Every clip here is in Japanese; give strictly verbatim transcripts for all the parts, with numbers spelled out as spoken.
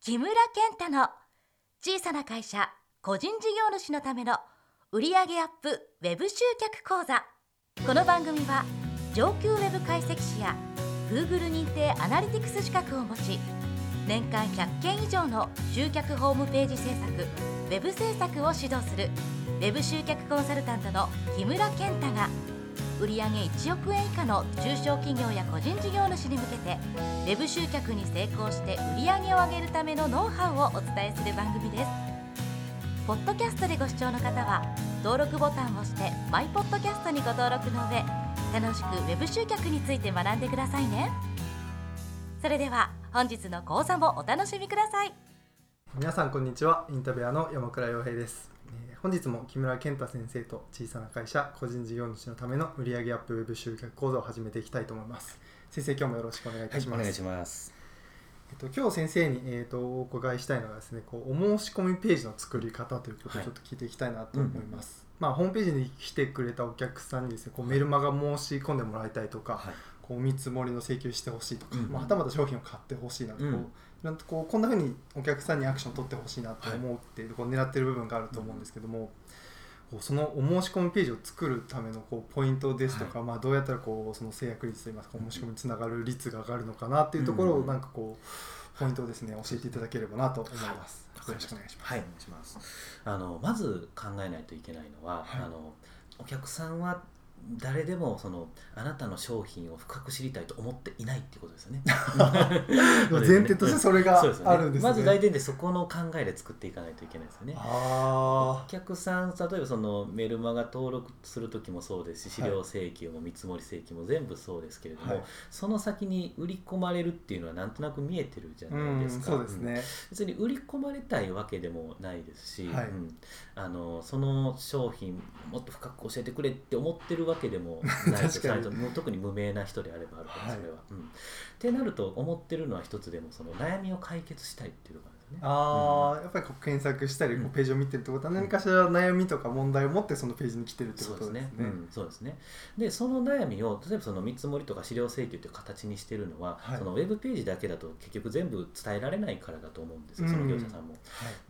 木村健太の小さな会社個人事業主のための売上アップウェブ集客講座。この番組は上級ウェブ解析士や Google 認定アナリティクス資格を持ち、年間ひゃっけん以上の集客ホームページ制作、ウェブ制作を指導するウェブ集客コンサルタントの木村健太が、売上いちおくえん以下の中小企業や個人事業主に向けてウェブ集客に成功して売上を上げるためのノウハウをお伝えする番組です。ポッドキャストでご視聴の方は登録ボタンを押してマイポッドキャストにご登録の上、楽しくウェブ集客について学んでくださいね。それでは本日の講座もお楽しみください。 皆さんこんにちは。インタビュアーの山倉洋平です。えー本日も木村健太先生と小さな会社個人事業主のための売上アップウェブ集客講座を始めていきたいと思います。先生、今日もよろしくお願いいたします。 はい、お願いします。 えっと、今日先生に、えー、とお伺いしたいのはですね、こうお申し込みページの作り方ということをちょっと聞いていきたいなと思います。はい、まあ、ホームページに来てくれたお客さんにですね、こうメルマガ申し込んでもらいたいとか、はい、こう見積もりの請求してほしいとか、うんまあ、はたまた商品を買ってほしいなと、うん、こうこうこんな風にお客さんにアクションを取ってほしいなと思って、はい、こう狙ってる部分があると思うんですけども、こうそのお申し込みページを作るためのこうポイントですとか、はい、まあ、どうやったらこうその制約率といいますか、お申し込みにつながる率が上がるのかなっていうところをなんかこうポイントをですね教えていただければなと思います。はい、よろしくお願いします。 はい、お願いします。あのまず考えないといけないのは、はい、あのお客さんは誰でもそのあなたの商品を深く知りたいと思っていないっていうことですよね。 前提としてそれがあるんですね。 まず大前提そこの考えで作っていかないといけないですよね。 あお客さん、例えばそのメルマガ登録するときもそうですし、資料請求も見積もり請求も全部そうですけれども、はい、その先に売り込まれるっていうのはなんとなく見えてるじゃないですか。 うん、そうですね。 別に売り込まれたいわけでもないですし、 はい、 うん、あのその商品もっと深く教えてくれって思ってるわけでもないともう特に無名な人であればあるから、それは、はい、うん、ってなると思ってるのは一つでもその悩みを解決したいっていうところなんですよね。 あ、うん、やっぱりこう検索したりこうページを見てるってことは何かしら悩みとか問題を持ってそのページに来てるってことですね。 そうですね。うん、そうですね。でその悩みを例えばその見積もりとか資料請求という形にしてるのは、はい、そのウェブページだけだと結局全部伝えられないからだと思うんですよ、その業者さんも。うん、はい、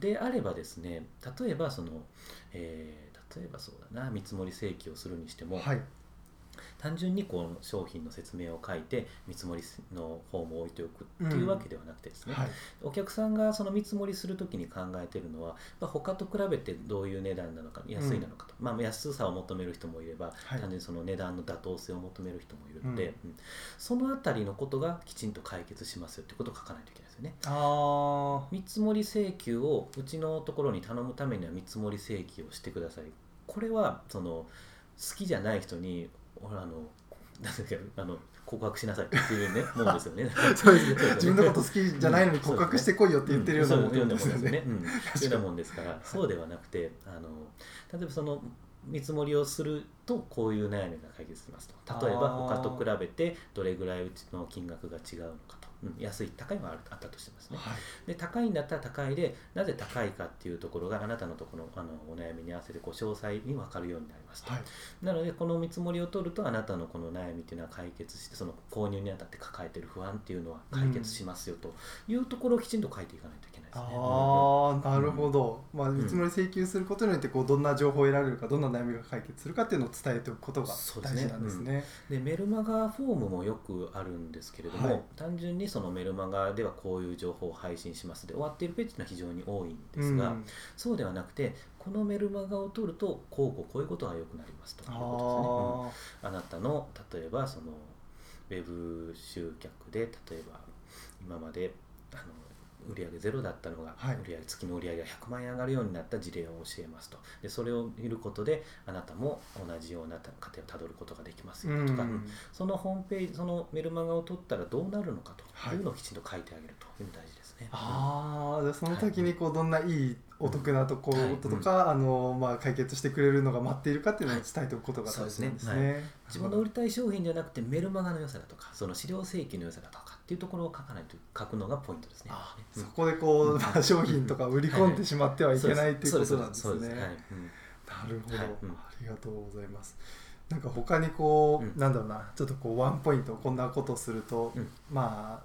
であればですね、例えばその、えー、例えばそうだな見積もり請求をするにしても、はい、単純にこの商品の説明を書いて見積もりのフォームを置いておくっていうわけではなくてですね、うん、はい、お客さんがその見積もりするときに考えているのは他と比べてどういう値段なのか安いなのかと、うん、まあ、安さを求める人もいれば、はい、単純にその値段の妥当性を求める人もいるので、うんうん、そのあたりのことがきちんと解決しますよってことを書かないといけないですよね。 あ、 見積もり請求をうちのところに頼むためには見積もり請求をしてください。これはその好きじゃない人に俺あのなんだっけあの告白しなさいっていうねもんですよね。 そうですね。自分のこと好きじゃないのに告白してこいよって言ってるようなもんですよね。 そういうようなもんですから、そうではなくて、あの例えばその見積もりをするとこういう悩みが解決しますと。例えば他と比べてどれぐらいうちの金額が違うのかと。うん、安い高いもあったとしてますね、はい、で高いんだったら高いでなぜ高いかっていうところがあなたのところの、あのお悩みに合わせてこう詳細に分かるようになりますと、はい、なのでこの見積もりを取るとあなたのこの悩みっていうのは解決してその購入にあたって抱えている不安っていうのは解決しますよというところをきちんと書いていかないといけないですね。 ああ、なるほど、うん、まあ、見積もり請求することによってこうどんな情報を得られるかどんな悩みが解決するかっていうのを伝えておくことが大事なんですね。 で、うん、でメルマガフォームもよくあるんですけれども、はい、単純にそのメルマガではこういう情報を配信しますで終わっているページは非常に多いんですが、うん、そうではなくてこのメルマガを取るとこうこうこういうことが良くなりますということですね。うん、あなたの例えばそのウェブ集客で例えば今まであの売上ゼロだったのが、はい、売上月の売上がひゃくまんえん上がるようになった事例を教えますと。でそれを見ることであなたも同じような過程をたどることができますよとか、うん、そのホームページそのメルマガを取ったらどうなるのかというのをきちんと書いてあげるというのが大事ですね。 はい、あ、その時にこうどんないいお得なところとか、はい、あのまあ、解決してくれるのが待っているかっていうのを伝えておくことが大事なんですね。はい、そうですね。はい、 自分の売りたい商品じゃなくてメルマガの良さだとかその資料請求の良さだとかっていうところを書かないと書くのがポイントですね。 あ、そこでこう、まあ、商品とか売り込んでしまってはいけないっていうことなんですね。なるほど、はい、ありがとうございます。なんか他にこう、うん、なんだろうなちょっとこうワンポイントこんなことすると、うん、まあ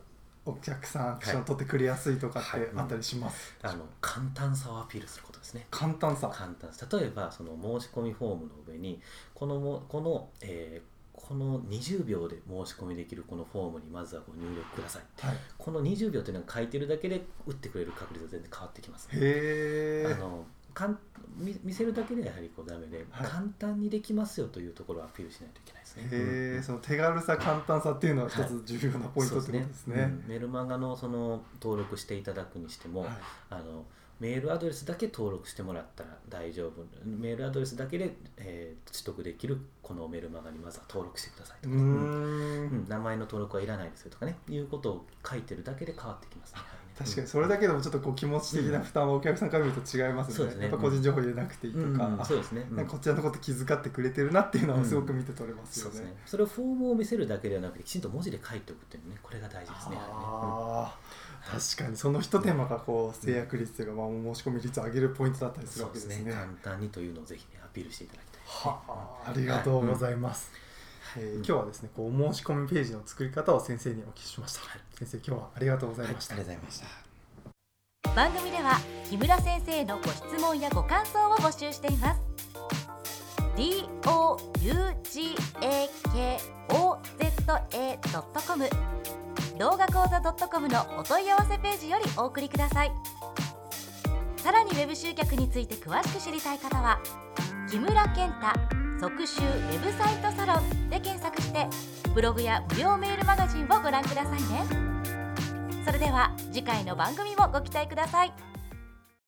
お客さんアクション取ってくれやすいとかってあったりします？ はいはい、うん、あの簡単さをアピールすることですね。 簡単さ。 簡単さ。例えばその申し込みフォームの上にこのもこの、えーこのにじゅうびょうで申し込みできるこのフォームにまずはご入力ください、はい、このにじゅうびょうというのが書いてるだけで打ってくれる確率が全然変わってきます。 へー。 あのかん見, 見せるだけではやはりこうダメで、はい、簡単にできますよというところをアピールしないといけないですね。 へー、うん、その手軽さ簡単さっていうのは一つ重要なポイントってことですね。はい、 うん、メルマガのその登録していただくにしても、はい、あのメールアドレスだけ登録してもらったら大丈夫、メールアドレスだけで、えー、取得できるこのメルマガにまずは登録してくださいとか、うんうん、名前の登録はいらないですよとかね、いうことを書いてるだけで変わってきますね。 確かにそれだけでもちょっとこう気持ち的な負担はお客さんから見ると違いますよね。うん、やっぱ個人情報入れなくていいとか、うんうん、 そうですね、うん、 こちらのこと気遣ってくれてるなっていうのはすごく見て取れますよね。うん、そうですね。 それをフォームを見せるだけではなくてきちんと文字で書いておくっていうのね、これが大事ですね。 ああ、確かにその一手間がこう制約率というか、まあ、申し込み率を上げるポイントだったりするわけですね。 そうですね。簡単にというのをぜひねアピールしていただきたいですね。 はあ、ありがとうございます。はい、えー、今日はですねこう申し込みページの作り方を先生にお聞きしました。はい、先生今日はありがとうございました。 はい、ありがとうございました。 番組では木村先生のご質問やご感想を募集しています。 ドゥガコザ ドットコム 動画講座 .com のお問い合わせページよりお送りください。さらにウェブ集客について詳しく知りたい方は木村健太即集ウェブサイトサロンで検索してブログや無料メールマガジンをご覧くださいね。それでは次回の番組もご期待ください。